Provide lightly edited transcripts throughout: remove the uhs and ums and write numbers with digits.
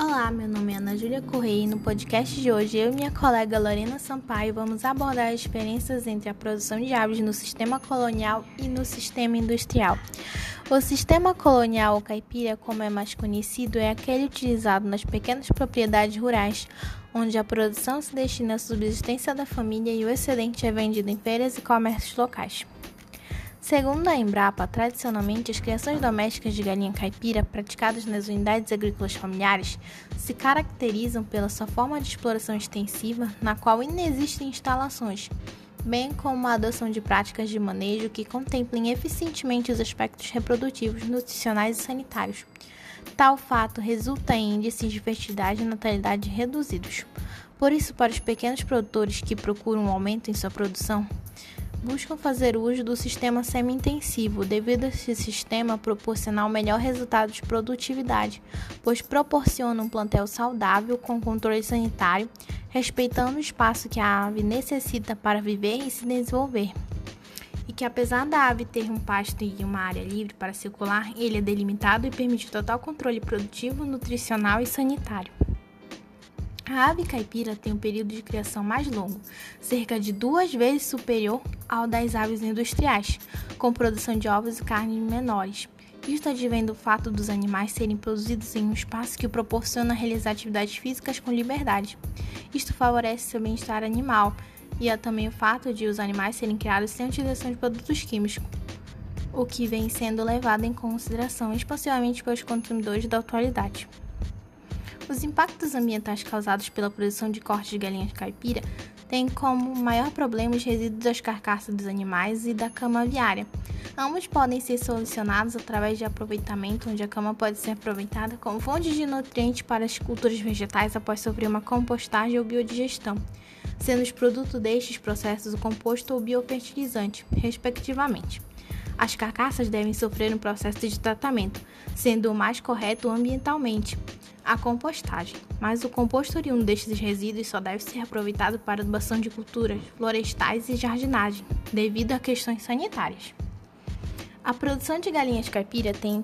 Olá, meu nome é Ana Júlia Correia e no podcast de hoje eu e minha colega Lorena Sampaio vamos abordar as diferenças entre a produção de aves no sistema colonial e no sistema industrial. O sistema colonial ou caipira, como é mais conhecido, é aquele utilizado nas pequenas propriedades rurais, onde a produção se destina à subsistência da família e o excedente é vendido em feiras e comércios locais. Segundo a Embrapa, tradicionalmente, as criações domésticas de galinha caipira praticadas nas unidades agrícolas familiares se caracterizam pela sua forma de exploração extensiva, na qual inexistem instalações, bem como a adoção de práticas de manejo que contemplem eficientemente os aspectos reprodutivos, nutricionais e sanitários. Tal fato resulta em índices de fertilidade e natalidade reduzidos. Por isso, para os pequenos produtores que procuram um aumento em sua produção, buscam fazer uso do sistema semi-intensivo, devido a esse sistema proporcionar o melhor resultado de produtividade, pois proporciona um plantel saudável com controle sanitário, respeitando o espaço que a ave necessita para viver e se desenvolver. E que apesar da ave ter um pasto e uma área livre para circular, ele é delimitado e permite total controle produtivo, nutricional e sanitário. A ave caipira tem um período de criação mais longo, cerca de 2 vezes superior ao das aves industriais, com produção de ovos e carnes menores. Isto advém do fato dos animais serem produzidos em um espaço que proporciona realizar atividades físicas com liberdade. Isto favorece seu bem-estar animal, e há também o fato de os animais serem criados sem utilização de produtos químicos, o que vem sendo levado em consideração expansivamente pelos consumidores da atualidade. Os impactos ambientais causados pela produção de cortes de galinhas caipira têm como maior problema os resíduos das carcaças dos animais e da cama aviária. Ambos podem ser solucionados através de aproveitamento, onde a cama pode ser aproveitada como fonte de nutrientes para as culturas vegetais após sofrer uma compostagem ou biodigestão, sendo os produtos destes processos o composto ou biofertilizante, respectivamente. As carcaças devem sofrer um processo de tratamento, sendo o mais correto ambientalmente a compostagem, mas o composto oriundo destes resíduos só deve ser aproveitado para adubação de culturas florestais e jardinagem, devido a questões sanitárias. A produção de galinhas caipira tem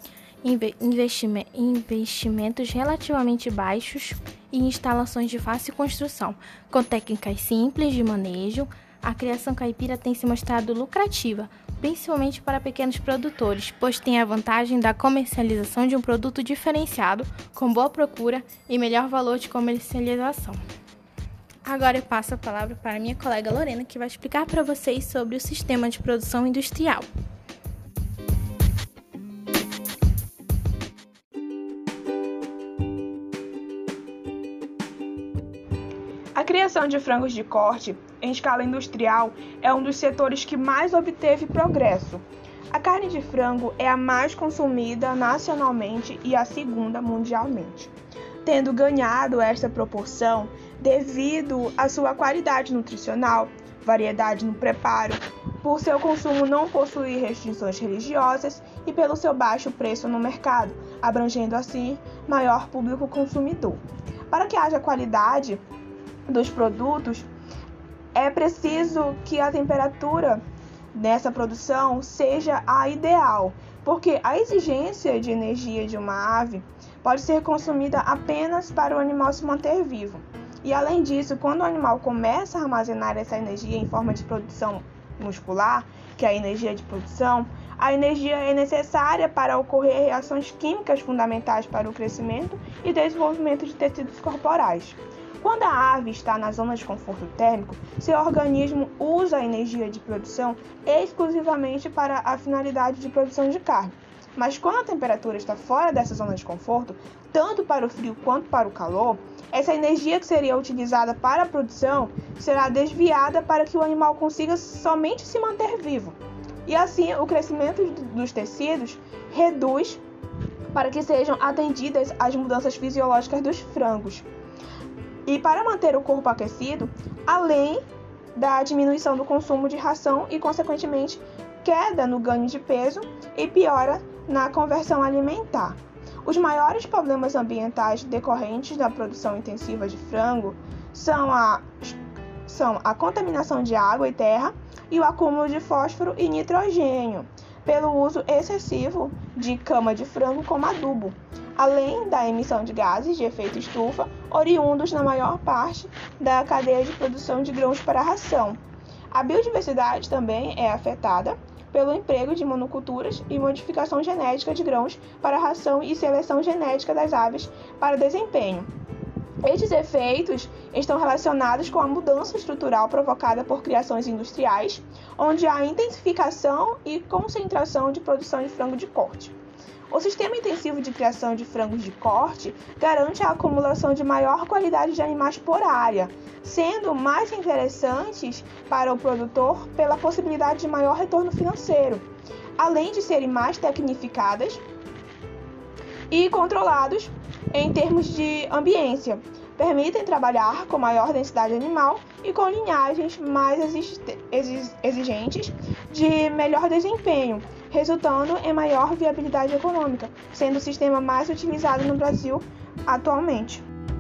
investimentos relativamente baixos e instalações de fácil construção, com técnicas simples de manejo. A criação caipira tem se mostrado lucrativa, principalmente para pequenos produtores, pois tem a vantagem da comercialização de um produto diferenciado, com boa procura e melhor valor de comercialização. Agora eu passo a palavra para minha colega Lorena, que vai explicar para vocês sobre o sistema de produção industrial. A criação de frangos de corte em escala industrial é um dos setores que mais obteve progresso. A carne de frango é a mais consumida nacionalmente e a segunda mundialmente, tendo ganhado esta proporção devido à sua qualidade nutricional, variedade no preparo, por seu consumo não possuir restrições religiosas e pelo seu baixo preço no mercado, abrangendo assim maior público consumidor. Para que haja qualidade dos produtos, é preciso que a temperatura dessa produção seja a ideal, porque a exigência de energia de uma ave pode ser consumida apenas para o animal se manter vivo. E além disso, quando o animal começa a armazenar essa energia em forma de produção muscular, que é a energia de produção, a energia é necessária para ocorrer reações químicas fundamentais para o crescimento e desenvolvimento de tecidos corporais. Quando a ave está na zona de conforto térmico, seu organismo usa a energia de produção exclusivamente para a finalidade de produção de carne. Mas quando a temperatura está fora dessa zona de conforto, tanto para o frio quanto para o calor, essa energia que seria utilizada para a produção será desviada para que o animal consiga somente se manter vivo. E assim, o crescimento dos tecidos reduz para que sejam atendidas as mudanças fisiológicas dos frangos. E para manter o corpo aquecido, além da diminuição do consumo de ração e, consequentemente, queda no ganho de peso e piora na conversão alimentar. Os maiores problemas ambientais decorrentes da produção intensiva de frango são a contaminação de água e terra e o acúmulo de fósforo e nitrogênio, pelo uso excessivo de cama de frango como adubo. além da emissão de gases de efeito estufa, oriundos na maior parte da cadeia de produção de grãos para a ração. A biodiversidade também é afetada pelo emprego de monoculturas e modificação genética de grãos para a ração e seleção genética das aves para desempenho. Estes efeitos estão relacionados com a mudança estrutural provocada por criações industriais, onde há intensificação e concentração de produção de frango de corte. O sistema intensivo de criação de frangos de corte garante a acumulação de maior qualidade de animais por área, sendo mais interessantes para o produtor pela possibilidade de maior retorno financeiro, além de serem mais tecnificadas e controlados em termos de ambiência. Permitem trabalhar com maior densidade animal e com linhagens mais exigentes de melhor desempenho, resultando em maior viabilidade econômica, sendo o sistema mais utilizado no Brasil atualmente.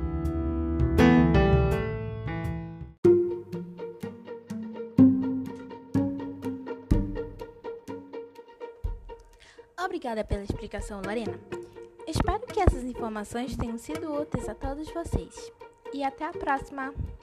Obrigada pela explicação, Lorena. Espero que essas informações tenham sido úteis a todos vocês. E até a próxima!